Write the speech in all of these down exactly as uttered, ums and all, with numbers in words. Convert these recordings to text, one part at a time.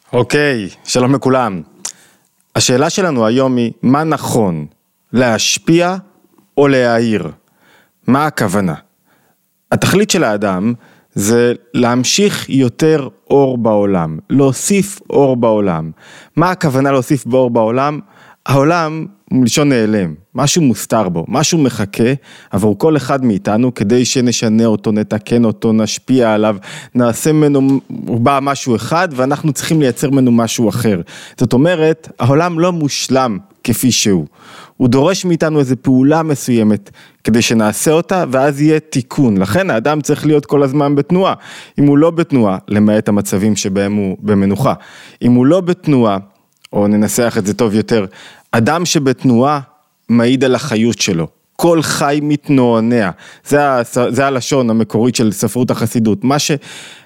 אוקיי, שלום לכולם. השאלה שלנו היום היא, מה נכון? להשפיע או להעיר? מה הכוונה? התכלית של האדם זה להמשיך יותר אור בעולם, להוסיף אור בעולם. מה הכוונה להוסיף באור בעולם? העולם מלשון נעלם, משהו מוסתר בו, משהו מחכה עבור כל אחד מאיתנו כדי שנשנה אותו, נתקן אותו, נשפיע עליו, נעשה ממנו, הוא בא משהו אחד ואנחנו צריכים לייצר ממנו משהו אחר. זאת אומרת, העולם לא מושלם כפי שהוא. הוא דורש מאיתנו איזו פעולה מסוימת כדי שנעשה אותה ואז יהיה תיקון. לכן האדם צריך להיות כל הזמן בתנועה. אם הוא לא בתנועה, למעט המצבים שבהם הוא במנוחה. אם הוא לא בתנועה, או ננסח את זה טוב יותר, אדם שבתנועה מעיד על החיות שלו. כל חי מתנוענע. זה, זה הלשון המקורית של ספרות החסידות. מה, ש,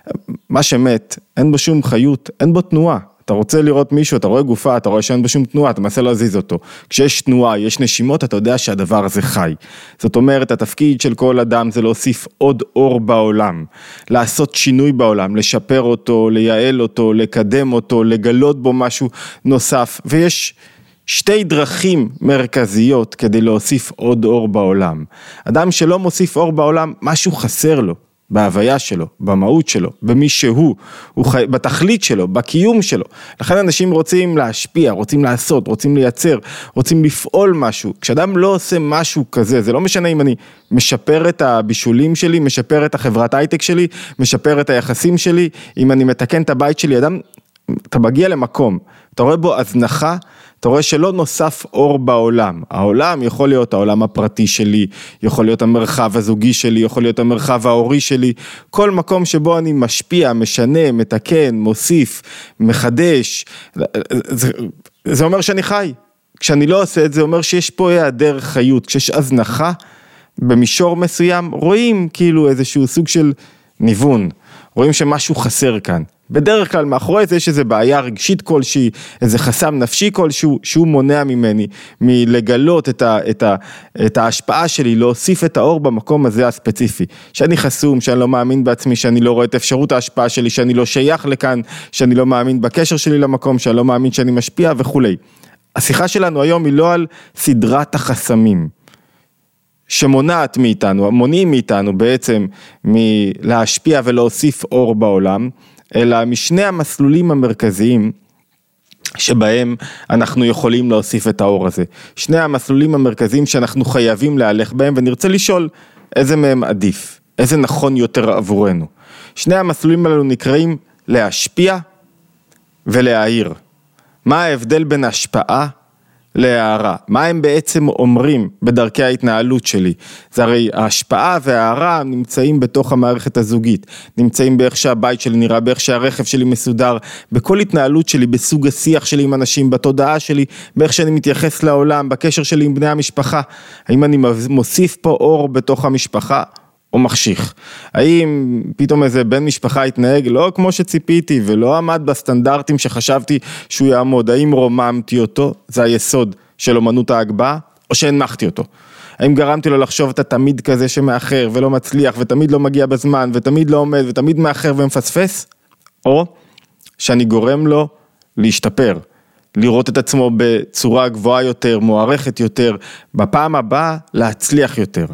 מה שמת, אין בו שום חיות, אין בו תנועה. אתה רוצה לראות מישהו, אתה רואה גופה, אתה רואה שאין בו שום תנועה, אתה מנסה להזיז אותו. כשיש תנועה, יש נשימות, אתה יודע שהדבר הזה חי. זאת אומרת, התפקיד של כל אדם זה להוסיף עוד אור בעולם, לעשות שינוי בעולם, לשפר אותו, לייעל אותו, לקדם אותו, לגלות בו משהו נוסף. ויש שתי דרכים מרכזיות כדי להוסיף עוד אור בעולם. אדם שלא מוסיף אור בעולם, משהו חסר לו. בהוויה שלו, במהות שלו, במי שהוא, הוא חי, בתכלית שלו, בקיום שלו. לכן אנשים רוצים להשפיע, רוצים לעשות, רוצים לייצר, רוצים לפעול משהו. כשאדם לא עושה משהו כזה, זה לא משנה אם אני משפר את הבישולים שלי, משפר את החברת הייטק שלי, משפר את היחסים שלי, אם אני מתקן את הבית שלי, אדם, אתה מגיע למקום, אתה רואה בו הזנחה, אתה רואה שלא נוסף אור בעולם. העולם יכול להיות העולם הפרטי שלי, יכול להיות המרחב הזוגי שלי, יכול להיות המרחב ההורי שלי, כל מקום שבו אני משפיע, משנה, מתקן, מוסיף, מחדש, זה, זה אומר שאני חי. כשאני לא עושה את זה, אומר שיש פה היעדר חיות, כשיש הזנחה במישור מסוים, רואים כאילו איזשהו סוג של ניוון, רואים שמשהו חסר כאן. בדרך כלל מאחורי זה יש איזו בעיה רגשית כלשהי, איזה חסם נפשי כלשהו, שהוא מונע ממני, מלגלות את, ה, את, ה, את ההשפעה שלי, להוסיף את האור במקום הזה הספציפי. שאני חסום, שאני לא מאמין בעצמי, שאני לא רואה את אפשרות ההשפעה שלי, שאני לא שייך לכאן, שאני לא מאמין בקשר שלי למקום, שאני לא מאמין שאני משפיע וכו'. השיחה שלנו היום היא לא על סדרת החסמים, שמונעת מאיתנו, מונעים מאיתנו בעצם מלהשפיע ולהוסיף אור בעולם, אלא משני המסלולים המרכזיים שבהם אנחנו יכולים להוסיף את האור הזה. שני המסלולים המרכזיים שאנחנו חייבים להלך בהם, ונרצה לשאול איזה מהם עדיף, איזה נכון יותר עבורנו. שני המסלולים האלו נקראים להשפיע ולהעיר. מה ההבדל בין השפעה להערה? מה הם בעצם אומרים בדרכי ההתנהלות שלי? זה הרי ההשפעה וההערה נמצאים בתוך המערכת הזוגית, נמצאים באיך שהבית שלי נראה, באיך שהרכב שלי מסודר, בכל התנהלות שלי, בסוג השיח שלי עם אנשים, בתודעה שלי, באיך שאני מתייחס לעולם, בקשר שלי עם בני המשפחה. האם אני מוסיף פה אור בתוך המשפחה? או מחשיך. האם פתאום איזה בן משפחה יתנהג לא כמו שציפיתי ולא עמד בסטנדרטים שחשבתי שהוא יעמוד? האם רוממתי אותו? זה היסוד של אומנות ההגבהה, או שהנמכתי אותו? האם גרמתי לו לחשוב אתה תמיד כזה שמאחר ולא מצליח ותמיד לא מגיע בזמן ותמיד לא עומד ותמיד מאחר ומפספס? או שאני גורם לו להשתפר, לראות את עצמו בצורה גבוהה יותר, מוערכת יותר, בפעם הבאה להצליח יותר.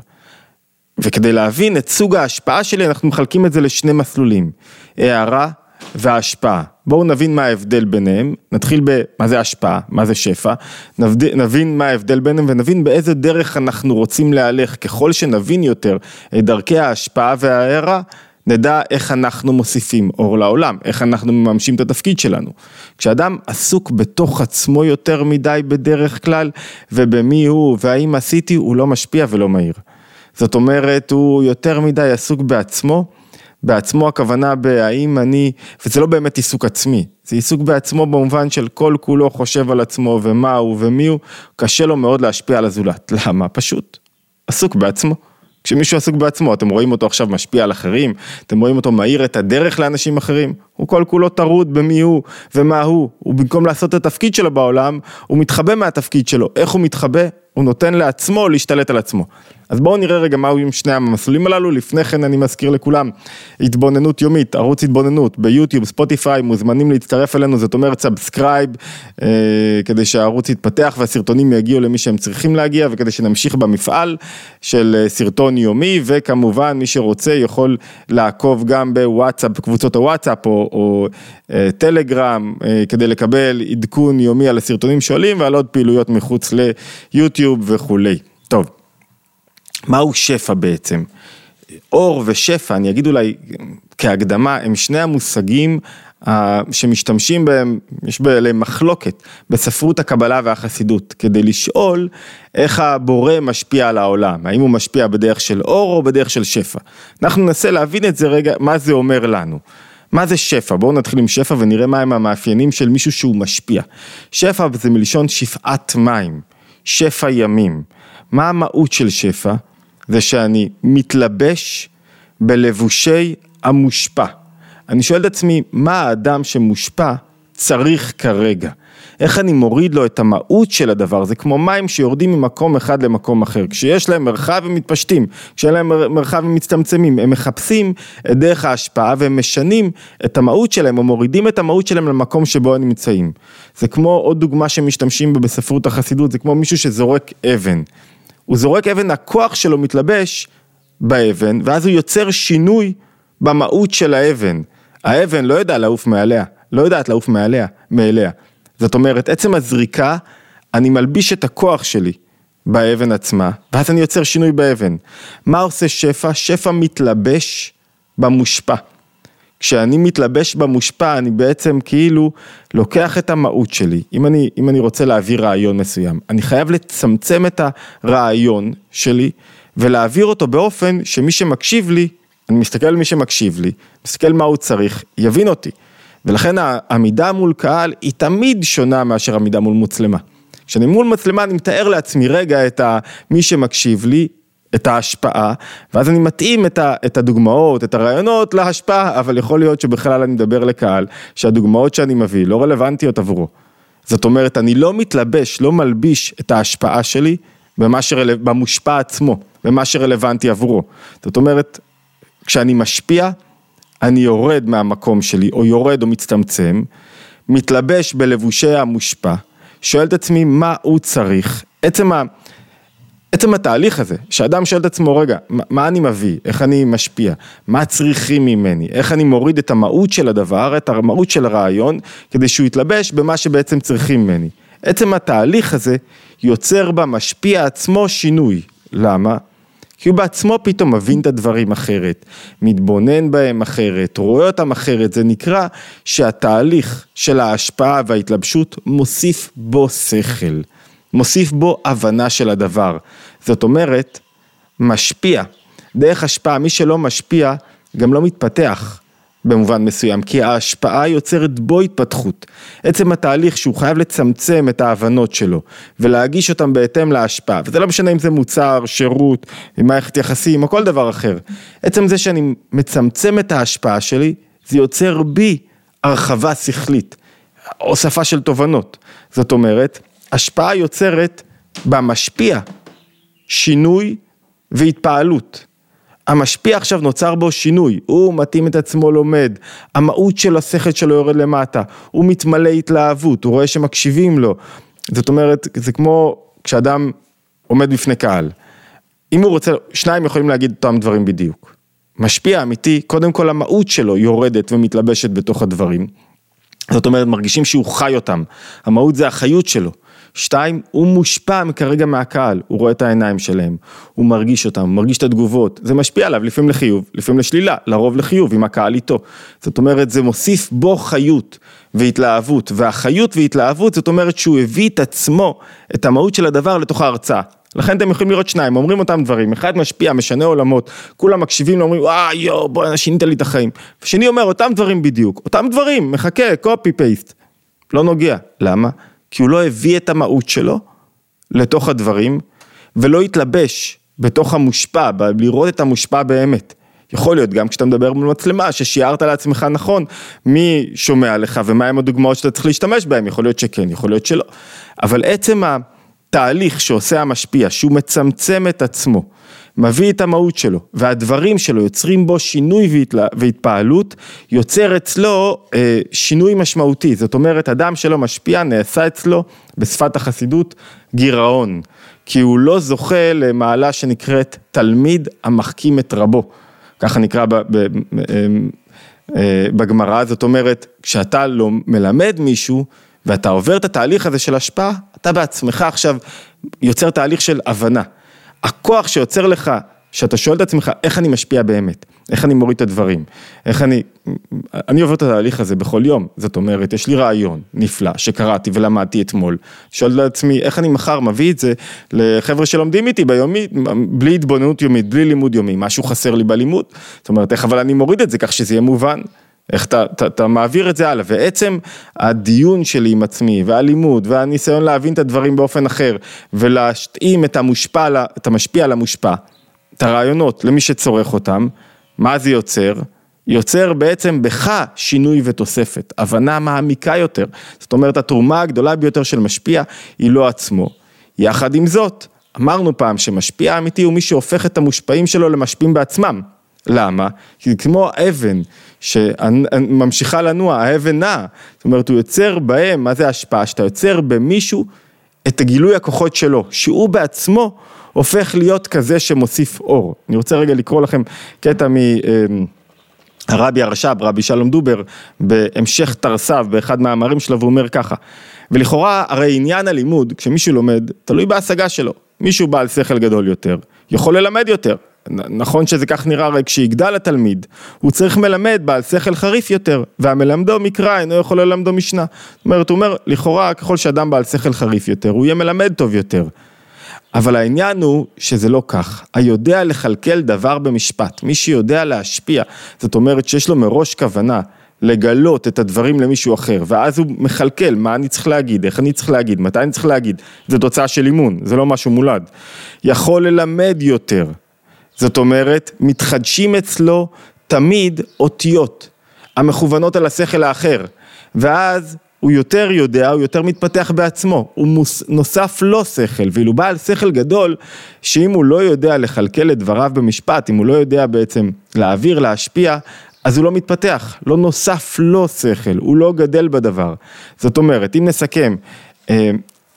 וכדי להבין את סוג ההשפעה שלי, אנחנו מחלקים את זה לשני מסלולים, הערה וההשפעה. בואו נבין מה ההבדל ביניהם, נתחיל במה זה השפעה, מה זה שפע, נבין מה ההבדל ביניהם ונבין באיזה דרך אנחנו רוצים להלך. ככל שנבין יותר את דרכי ההשפעה וההערה, נדע איך אנחנו מוסיפים אור לעולם, איך אנחנו מממשים את התפקיד שלנו. כשאדם עסוק בתוך עצמו יותר מדי בדרך כלל, ובמי הוא והאם עשיתי, הוא לא משפיע ולא מהיר. זאת אומרת, הוא יותר מדי עסוק בעצמו, בעצמו הכוונה בהאם אני, וזה לא באמת עיסוק עצמי, זה עיסוק בעצמו במובן של כל כולו חושב על עצמו ומה הוא ומי הוא, קשה לו מאוד להשפיע על הזולת. למה? פשוט, עסוק בעצמו. כשמישהו עסוק בעצמו, אתם רואים אותו עכשיו משפיע על אחרים, אתם רואים אותו מאיר את הדרך לאנשים אחרים, הוא כל כולו טרוד במי הוא ומה הוא, הוא במקום לעשות את התפקיד שלו בעולם, הוא מתחבא מהתפקיד שלו. איך הוא מתחבא? הוא נותן לעצמו להשתלט על עצמו. אז בואו נראה רגע מהו עם שני המסלולים הללו. לפני כן אני מזכיר לכולם, התבוננות יומית, ערוץ התבוננות ביוטיוב, ספוטיפיי, מוזמנים להצטרף אלינו, זאת אומרת סאבסקרייב, אה, כדי שהערוץ יתפתח והסרטונים יגיעו למי שהם צריכים להגיע, וכדי שנמשיך במפעל של סרטון יומי, וכמובן מי שרוצה יכול לעקוב גם בוואטסאפ, בקבוצות הוואטסאפ או, או אה, טלגרם, אה, כדי לקבל עדכון יומי על הסרטונים שעולים, ועל עוד פעילויות מחוץ ליוטיוב וכולי. טוב. מהו שפע בעצם? אור ושפע, אני אגיד אולי כהקדמה, הם שני המושגים שמשתמשים בהם, יש בהם מחלוקת בספרות הקבלה והחסידות, כדי לשאול איך הבורא משפיע על העולם, האם הוא משפיע בדרך של אור או בדרך של שפע. אנחנו ננסה להבין את זה רגע, מה זה אומר לנו. מה זה שפע? בואו נתחיל עם שפע ונראה מהם המאפיינים של מישהו שהוא משפיע. שפע זה מלשון שפעת מים, שפע ימים. מה המהות של שפע? זה שאני מתלבש בלבושי המושפע. אני שואל את עצמי, מה האדם שמושפע צריך כרגע? איך אני מוריד לו את המהות של הדבר? זה כמו מים שיורדים ממקום אחד למקום אחר. כשיש להם מרחב הם מתפשטים, כשיש להם מרחב הם מצטמצמים, הם מחפשים את דרך ההשפעה והם משנים את המהות שלהם, או מורידים את המהות שלהם למקום שבו הם נמצאים. זה כמו עוד דוגמה שמשתמשים בה בספרות החסידות, זה כמו מישהו שזורק אבן. הוא זורק אבן, הכוח שלו מתלבש באבן, ואז הוא יוצר שינוי במהות של האבן. האבן לא יודע לעוף מעליה, לא יודעת לעוף מעליה, מעליה. זאת אומרת, עצם הזריקה, אני מלביש את הכוח שלי באבן עצמה, ואז אני יוצר שינוי באבן. מה עושה שפע? שפע מתלבש במושפע. כשאני מתלבש במושפע, אני בעצם כאילו לוקח את המהות שלי. אם אני, אם אני רוצה להעביר רעיון מסוים, אני חייב לצמצם את הרעיון שלי, ולהעביר אותו באופן שמי שמקשיב לי, אני מסתכל על מי שמקשיב לי, מסתכל מה הוא צריך, יבין אותי. ולכן העמידה מול קהל היא תמיד שונה מאשר עמידה מול מצלמה. כשאני מול מצלמה אני מתאר לעצמי רגע את מי שמקשיב לי, את ההשפעה, ואז אני מתאים את, ה, את הדוגמאות, את הרעיונות להשפעה, אבל יכול להיות שבכלל אני מדבר לקהל, שהדוגמאות שאני מביא לא רלוונטיות עבורו. זאת אומרת, אני לא מתלבש, לא מלביש את ההשפעה שלי, במה שרל... במושפע עצמו, במה שרלוונטי עבורו. זאת אומרת, כשאני משפיע, אני יורד מהמקום שלי, או יורד או מצטמצם, מתלבש בלבושי המושפע, שואל את עצמי מה הוא צריך, עצם ה... עצם התהליך הזה, שאדם שואל את עצמו, רגע, מה אני מביא, איך אני משפיע, מה צריכים ממני, איך אני מוריד את המהות של הדבר, את המהות של הרעיון, כדי שהוא יתלבש במה שבעצם צריכים ממני. עצם התהליך הזה יוצר במשפיע עצמו שינוי. למה? כי הוא בעצמו פתאום מבין את הדברים אחרת, מתבונן בהם אחרת, רואה אותם אחרת, זה נקרא שהתהליך של ההשפעה וההתלבשות מוסיף בו שכל. מוסיף בו הבנה של הדבר. זאת אומרת, משפיע. דרך השפעה, מי שלא משפיע, גם לא מתפתח במובן מסוים, כי ההשפעה יוצרת בו התפתחות. עצם התהליך שהוא חייב לצמצם את ההבנות שלו, ולהגיש אותם בהתאם להשפעה, וזה לא משנה אם זה מוצר, שירות, מערכת יחסים, או כל דבר אחר. עצם זה שאני מצמצם את ההשפעה שלי, זה יוצר בי הרחבה שכלית, הוספה של תובנות. זאת אומרת, השפעה יוצרת במשפיע, שינוי והתפעלות. המשפיע עכשיו נוצר בו שינוי, הוא מתאים את עצמו לומד, המהות של השכל שלו יורד למטה, הוא מתמלא התלהבות, הוא רואה שמקשיבים לו. זאת אומרת, זה כמו כשאדם עומד בפני קהל. אם הוא רוצה, שניים יכולים להגיד אותם דברים בדיוק. משפיע אמיתי, קודם כל המהות שלו יורדת ומתלבשת בתוך הדברים. זאת אומרת, מרגישים שהוא חי אותם. המהות זה החיות שלו. שתיים, הוא מושפע כרגע מהקהל, הוא רואה את העיניים שלהם, הוא מרגיש אותם, הוא מרגיש את התגובות, זה משפיע עליו לפעמים לחיוב, לפעמים לשלילה, לרוב לחיוב עם הקהל איתו. זאת אומרת, זה מוסיף בו חיות והתלהבות, והחיות והתלהבות זאת אומרת שהוא הביא את עצמו, את המהות של הדבר לתוך ההרצאה. לכן אתם יכולים לראות שניים, אומרים אותם דברים, אחד משפיע, משנה עולמות, כולם מקשיבים לו, אומרים, וואי, יו, בוא, שינית לי את החיים. ושני אומר, אותם דברים בדיוק, אותם דברים, מחכה, קופי פייסט. לא נוגע. למה? כי הוא לא הביא את המהות שלו לתוך הדברים, ולא התלבש בתוך המושפע, לראות את המושפע באמת. יכול להיות גם כשאתה מדבר מול מצלמה, ששיערת לעצמך נכון, מי שומע לך, ומה הם הדוגמאות שאתה צריך להשתמש בהם, יכול להיות שכן, יכול להיות שלא. אבל עצם תהליך שעושה המשפיע, שהוא מצמצם את עצמו, מביא את המהות שלו, והדברים שלו יוצרים בו שינוי והתפעלות, יוצר אצלו אה, שינוי משמעותי. זאת אומרת, אדם שלו משפיע, נעשה אצלו בשפת החסידות גירעון, כי הוא לא זוכה למעלה שנקראת תלמיד המחכים את רבו. ככה נקרא ב, ב, אה, בגמרא. זאת אומרת, כשאתה לא מלמד מישהו, ואתה עובר את התהליך הזה של השפעה, אתה בעצמך עכשיו יוצר תהליך של הבנה. הכוח שיוצר לך, שאתה שואל את עצמך, איך אני משפיע באמת? איך אני מוריד את הדברים? איך אני, אני עובר את התהליך הזה בכל יום. זאת אומרת, יש לי רעיון נפלא שקראתי ולמדתי אתמול. שואל לעצמי, איך אני מחר מביא את זה לחבר'ה שלומדים איתי ביומי, בלי התבוננות יומית, בלי לימוד יומי, משהו חסר לי בלימוד. זאת אומרת, איך אבל אני מוריד את זה כך שזה יהיה מובן. איך אתה, אתה, אתה מעביר את זה הלאה, ועצם הדיון שלי עם עצמי, והלימוד, והניסיון להבין את הדברים באופן אחר, ולהשתאים את המושפע, את המשפיע על המושפע, את הרעיונות למי שצורך אותם, מה זה יוצר? יוצר בעצם בך שינוי ותוספת, הבנה מעמיקה יותר, זאת אומרת, התרומה הגדולה ביותר של משפיע, היא לא עצמו. יחד עם זאת, אמרנו פעם שמשפיע אמיתי הוא מי שהופך את המושפעים שלו למשפיעים בעצמם. למה? כי כמו האבן שממשיכה לנוע, האבן נע, זאת אומרת, הוא יוצר בהם, מה זה השפעה? שאתה יוצר במישהו את הגילוי הכוחות שלו, שהוא בעצמו הופך להיות כזה שמוסיף אור. אני רוצה רגע לקרוא לכם קטע מהרבי הרש"ב, רבי שלום דובר, בהמשך תרס"ו, באחד מהמאמרים שלו, והוא אומר ככה, ולכאורה, הרי עניין הלימוד, כשמישהו לומד, תלוי בהשגה שלו, מישהו בעל שכל גדול יותר, יכול ללמד יותר, נכון שזה כך נראה, רק כשיגדל התלמיד, הוא צריך מלמד בעל שכל חריף יותר, והמלמדו מקרא אינו יכול ללמדו משנה. זאת אומרת, הוא אומר, לכאורה, ככל שאדם בעל שכל חריף יותר, הוא יהיה מלמד טוב יותר. אבל העניין הוא שזה לא כך. היודע לחלקל דבר במשפט, מי שיודע להשפיע, זאת אומרת שיש לו מראש כוונה, לגלות את הדברים למישהו אחר, ואז הוא מחלקל, מה אני צריך להגיד, איך אני צריך להגיד, מתי אני צריך להגיד. זה תוצאה של אימון, זה לא משהו מולד. יכול ללמד יותר. זאת אומרת, מתחדשים אצלו תמיד אותיות, המכוונות על השכל האחר, ואז הוא יותר יודע, הוא יותר מתפתח בעצמו, הוא מוס, נוסף לא שכל, ואילו בעל שכל גדול, שאם הוא לא יודע לחלקל את דבריו במשפט, אם הוא לא יודע בעצם להעביר, להשפיע, אז הוא לא מתפתח, לא נוסף לא שכל, הוא לא גדל בדבר. זאת אומרת, אם נסכם, אה,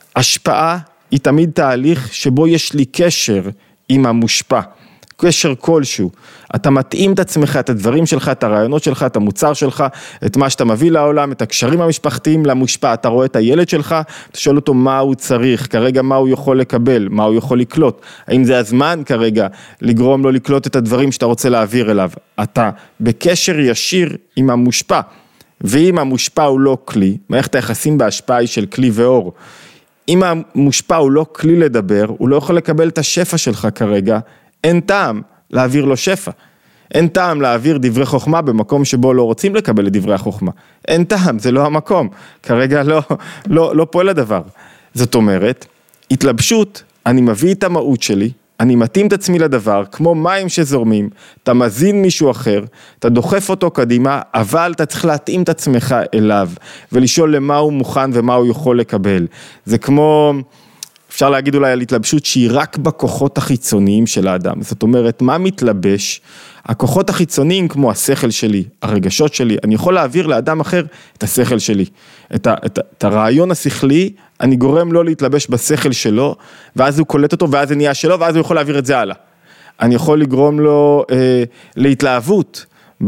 השפעה היא תמיד תהליך שבו יש לי קשר עם המושפע, קשר כלשהו, אתה מתאים את עצמך, את הדברים שלך, את הרעיונות שלך, את המוצר שלך, את מה שאתה מביא לעולם, את הקשרים המשפחתיים למושפע, אתה רואה את הילד שלך, אתה שואל אותו מה הוא צריך, כרגע מה הוא יכול לקבל, מה הוא יכול לקלוט, האם זה הזמן כרגע לגרום לו לקלוט את הדברים שאתה רוצה להעביר אליו, אתה בקשר ישיר עם המושפע, ואם המושפע הוא לא כלי, מערכת היחסים בהשפעה היא של כלי ואור, אם המושפע הוא לא כלי לדבר, הוא לא יכול לקבל את השפע שלך כרגע, אין טעם להעביר לו שפע, אין טעם להעביר דברי חוכמה במקום שבו לא רוצים לקבל את דברי החוכמה, אין טעם, זה לא המקום, כרגע לא, לא, לא פועל הדבר. זאת אומרת, התלבשות, אני מביא את המהות שלי, אני מתאים את עצמי לדבר, כמו מים שזורמים, אתה מזין מישהו אחר, אתה דוחף אותו קדימה, אבל אתה צריך להתאים את עצמך אליו, ולשאול למה הוא מוכן ומה הוא יכול לקבל. זה כמו, אפשר להגיד אולי על התלבשות שהיא רק בכוחות החיצוניים של האדם. זאת אומרת, מה מתלבש? הכוחות החיצוניים כמו השכל שלי, הרגשות שלי, אני יכול להעביר לאדם אחר את השכל שלי, את, ה, את, את הרעיון השכלי, אני גורם לו להתלבש בשכל שלו, ואז הוא קולט אותו, ואז זה נהיה שלו, ואז הוא יכול להעביר את זה הלאה. אני יכול לגרום לו אה, להתלהבות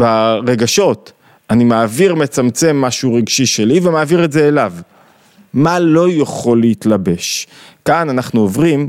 ברגשות, אני מעביר מצמצם משהו רגשי שלי, ומעביר את זה אליו. מה לא יכול להתלבש? כאן אנחנו עוברים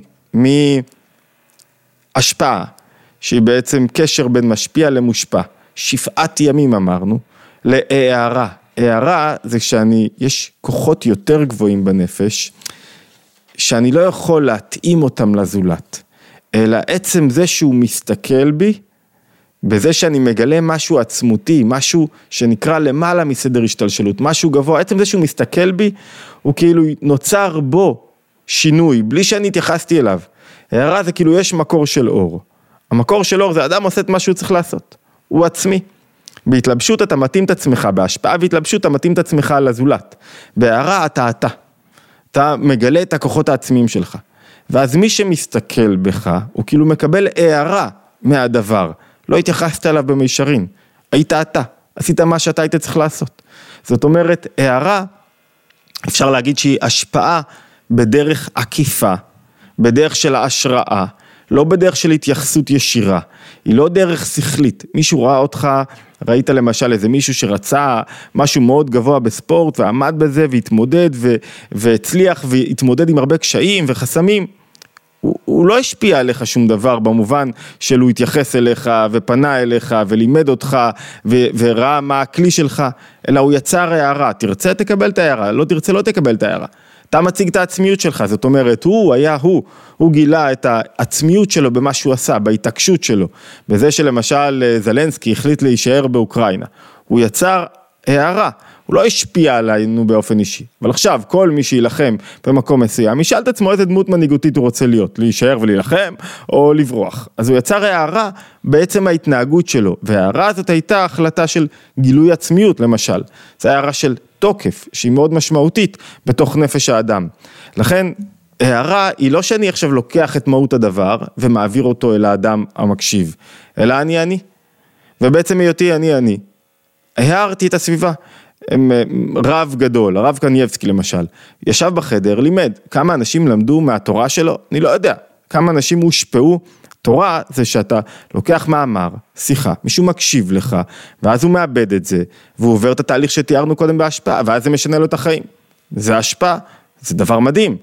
מהשפעה, שהיא בעצם קשר בין משפיע למושפע, שפעת ימים אמרנו, להערה. הערה זה שאני, יש כוחות יותר גבוהים בנפש, שאני לא יכול להתאים אותם לזולת, אלא עצם זה שהוא מסתכל בי, בזה שאני מגלה משהו עצמותי, משהו שנקרא למעלה מסדר השתלשלות, משהו גבוה, עצם זה שהוא מסתכל בי, הוא כאילו נוצר בו שינוי, בלי שאני התייחסתי אליו. הערה זה כאילו יש מקור של אור. המקור של אור זה אדם עושה את מה שהוא צריך לעשות, הוא עצמי. בהתלבשות אתה מתאים את עצמך, בהשפעה והתלבשות אתה מתאים את עצמך לזולת. בהערה אתה אתה. אתה מגלה את הכוחות העצמיים שלך. ואז מי שמסתכל בך, הוא כאילו מקבל הערה מהדבר, לא התייחסת אליו במישרין, היית אתה, עשית מה שאתה היית צריך לעשות. זאת אומרת, הערה, אפשר להגיד שהיא השפעה בדרך עקיפה, בדרך של ההשראה, לא בדרך של התייחסות ישירה, היא לא דרך שכלית. מישהו ראה אותך, ראית למשל איזה מישהו שרצה משהו מאוד גבוה בספורט, ועמד בזה והתמודד ו- והצליח והתמודד עם הרבה קשיים וחסמים, הוא, הוא לא השפיע עליך שום דבר במובן של הוא התייחס אליך ופנה אליך ולימד אותך ו- וראה מה הכלי שלך, אלא הוא יצר הערה, תרצה תקבל את הערה, לא תרצה לא תקבל את הערה. אתה מציג את העצמיות שלך, זאת אומרת, הוא היה הוא, הוא גילה את העצמיות שלו במה שהוא עשה, בהתעקשות שלו, בזה שלמשל זלנסקי החליט להישאר באוקראינה, הוא יצר הערה, הוא לא השפיע עלינו באופן אישי, אבל עכשיו כל מי שילחם במקום מסוים, ישאל את עצמו איזה דמות מנהיגותית הוא רוצה להיות, להישאר ולהילחם או לברוח, אז הוא יצר הערה בעצם ההתנהגות שלו, וההערה הזאת הייתה החלטה של גילוי עצמיות למשל, זו הערה של תוקף, שהיא מאוד משמעותית בתוך נפש האדם. לכן, הערה היא לא שאני עכשיו לוקח את מהות הדבר, ומעביר אותו אל האדם המקשיב, אלא אני אני. ובעצם היותי אני אני. הערתי את הסביבה. רב גדול, הרב קנייבסקי למשל, ישב בחדר, לימד. כמה אנשים למדו מהתורה שלו? אני לא יודע. כמה אנשים הושפעו? תורה זה שאתה לוקח מאמר, שיחה, מישהו מקשיב לך, ואז הוא מאבד את זה, והוא עובר את התהליך שתיארנו קודם בהשפעה, ואז זה משנה לו את החיים. זה השפעה, זה דבר מדהים.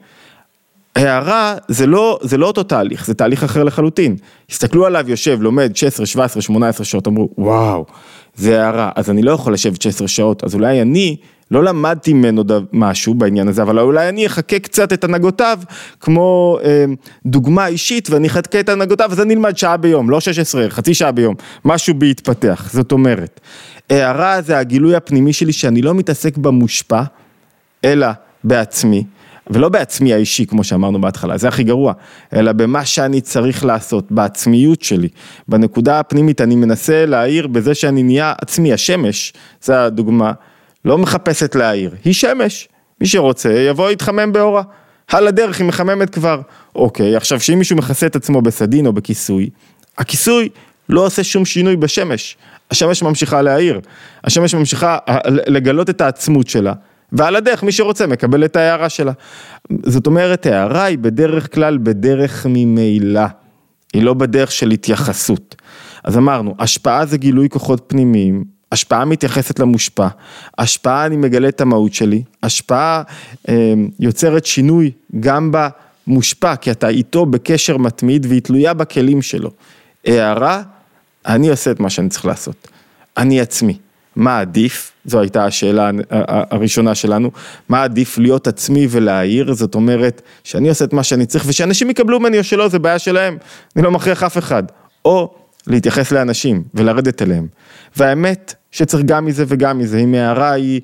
הערה זה לא, זה לא אותו תהליך, זה תהליך אחר לחלוטין. הסתכלו עליו, יושב, לומד שש עשרה, שבע עשרה, שמונה עשרה שעות, אמרו, וואו, זה הערה, אז אני לא יכול לשבת שש עשרה שעות, אז אולי אני לא למדתי ממנו משהו בעניין הזה, אבל אולי אני אחכה קצת את הנהגותיו, כמו אה, דוגמה אישית, ואני אחכה את הנהגותיו, אז אני אלמד שעה ביום, לא שש עשרה, חצי שעה ביום, משהו בהתפתח, זאת אומרת. הערה זה הגילוי הפנימי שלי, שאני לא מתעסק במושפע, אלא בעצמי, ולא בעצמי האישי, כמו שאמרנו בהתחלה, זה הכי גרוע, אלא במה שאני צריך לעשות, בעצמיות שלי, בנקודה הפנימית, אני מנסה להעיר בזה שאני נהיה עצמי, השמש, זו הדוגמה, לא מחפשת להעיר, היא שמש, מי שרוצה יבוא יתחמם באורה, על הדרך היא מחממת כבר, אוקיי, עכשיו שאם מישהו מכסה את עצמו בסדין או בכיסוי, הכיסוי לא עושה שום שינוי בשמש, השמש ממשיכה להעיר, השמש ממשיכה לגלות את העצמות שלה, ועל הדרך מי שרוצה מקבל את ההערה שלה. זאת אומרת, ההערה היא בדרך כלל בדרך ממילא, היא לא בדרך של התייחסות. אז אמרנו, השפעה זה גילוי כוחות פנימיים, השפעה מתייחסת למושפע, השפעה אני מגלה את המהות שלי, השפעה אה, יוצרת שינוי גם במושפע, כי אתה איתו בקשר מתמיד והיא תלויה בכלים שלו. הערה, אני עושה את מה שאני צריך לעשות, אני עצמי. מה עדיף? זו הייתה השאלה הראשונה שלנו, מה עדיף להיות עצמי ולהעיר, זאת אומרת שאני עושה את מה שאני צריך, ושאנשים יקבלו ממני או שלא, זה בעיה שלהם, אני לא מכריח אף אחד, או להתייחס לאנשים ולרדת אליהם, והאמת שצריך גם מזה וגם מזה, אם הערה היא,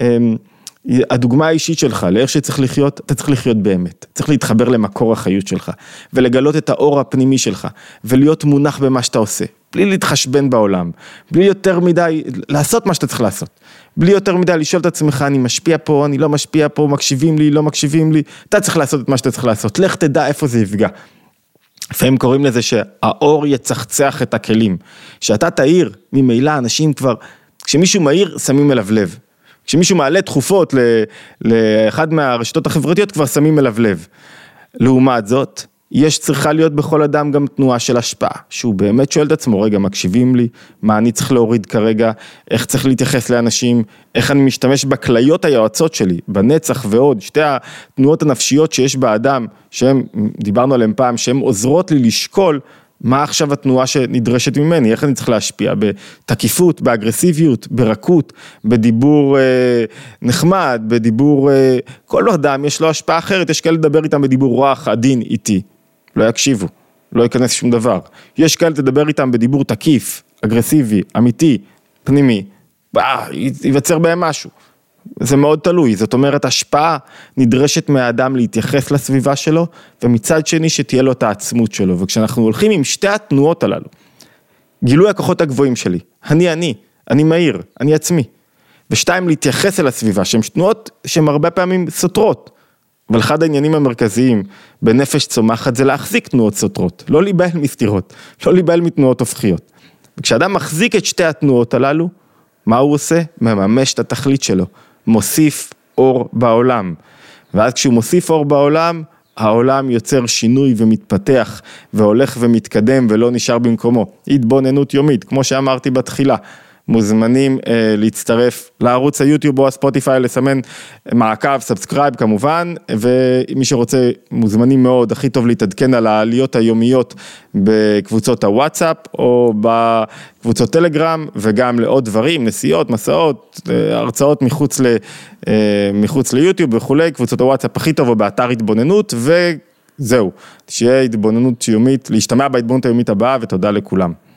היא הדוגמה האישית שלך, לאיך שצריך לחיות, אתה צריך לחיות באמת, צריך להתחבר למקור החיות שלך, ולגלות את האור הפנימי שלך, ולהיות מונח במה שאתה עושה, בלי להתחשבן בעולם, בלי יותר מדי, לעשות מה שאתה צריך לעשות, בלי יותר מדי לשאול את עצמך, אני משפיע פה, אני לא משפיע פה, מקשיבים לי, לא מקשיבים לי, אתה צריך לעשות את מה שאתה צריך לעשות, לך תדע איפה זה יפגע. לפעמים קוראים לזה שהאור יצחצח את הכלים, שאתה תאיר, ממילא אנשים כבר, כשמישהו מאיר, שמים אליו לב, כשמישהו מעלה תחופות לאחד מהרשתות החברתיות, כבר שמים אליו לב. לעומת זאת, יש צריכה להיות בכל אדם גם תנועה של השפעה, שהוא באמת שואל את עצמו, רגע, מקשיבים לי, מה אני צריך להוריד כרגע, איך צריך להתייחס לאנשים, איך אני משתמש בכליות היועצות שלי, בנצח ועוד, שתי התנועות הנפשיות שיש באדם, שהם, דיברנו עליהם פעם, שהן עוזרות לי לשקול, מה עכשיו התנועה שנדרשת ממני, איך אני צריך להשפיע, בתקיפות, באגרסיביות, ברכות, בדיבור אה, נחמד, בדיבור, אה, כל אדם יש לו השפעה אחרת, יש כאלה לדבר איתם בדיבור רך, עדין, איתי, לא יקשיבו, לא ייכנס שום דבר, יש כאלה לדבר איתם בדיבור תקיף, אגרסיבי, אמיתי, פנימי, בא, ייווצר בהם משהו, זה מאוד תלוי, זאת אומרת, השפעה נדרשת מהאדם להתייחס לסביבה שלו, ומצד שני שתהיה לו את העצמות שלו, וכשאנחנו הולכים עם שתי התנועות הללו, גילוי הכוחות הגבוהים שלי, אני אני, אני מהיר, אני עצמי, ושתיים להתייחס אל הסביבה, שהן תנועות שהן הרבה פעמים סותרות, אבל אחד העניינים המרכזיים בנפש צומחת זה להחזיק תנועות סותרות, לא להיבהל מסתירות, לא להיבהל מתנועות הופכיות. וכשאדם מחזיק את שתי התנועות הללו, מה הוא עושה? מממש את התכלית שלו, מוסיף אור בעולם. ואז כשהוא מוסיף אור בעולם, העולם יוצר שינוי ומתפתח, והולך ומתקדם ולא נשאר במקומו. התבוננות יומית, כמו שאמרתי בתחילה. מוזמנים אה, להצטרף לערוץ היוטיוב או הספוטיפיי, לסמן מעקב, סאבסקרייב כמובן, ומי שרוצה מוזמנים מאוד, הכי טוב להתעדכן על העליות היומיות בקבוצות הוואטסאפ, או בקבוצות טלגרם, וגם לעוד דברים, נסיעות, מסעות, הרצאות מחוץ, ל, אה, מחוץ ליוטיוב וכולי, קבוצות הוואטסאפ הכי טוב, או באתר התבוננות, וזהו, שיהיה התבוננות יומית, להשתמע בהתבוננות היומית הבאה, ותודה לכולם.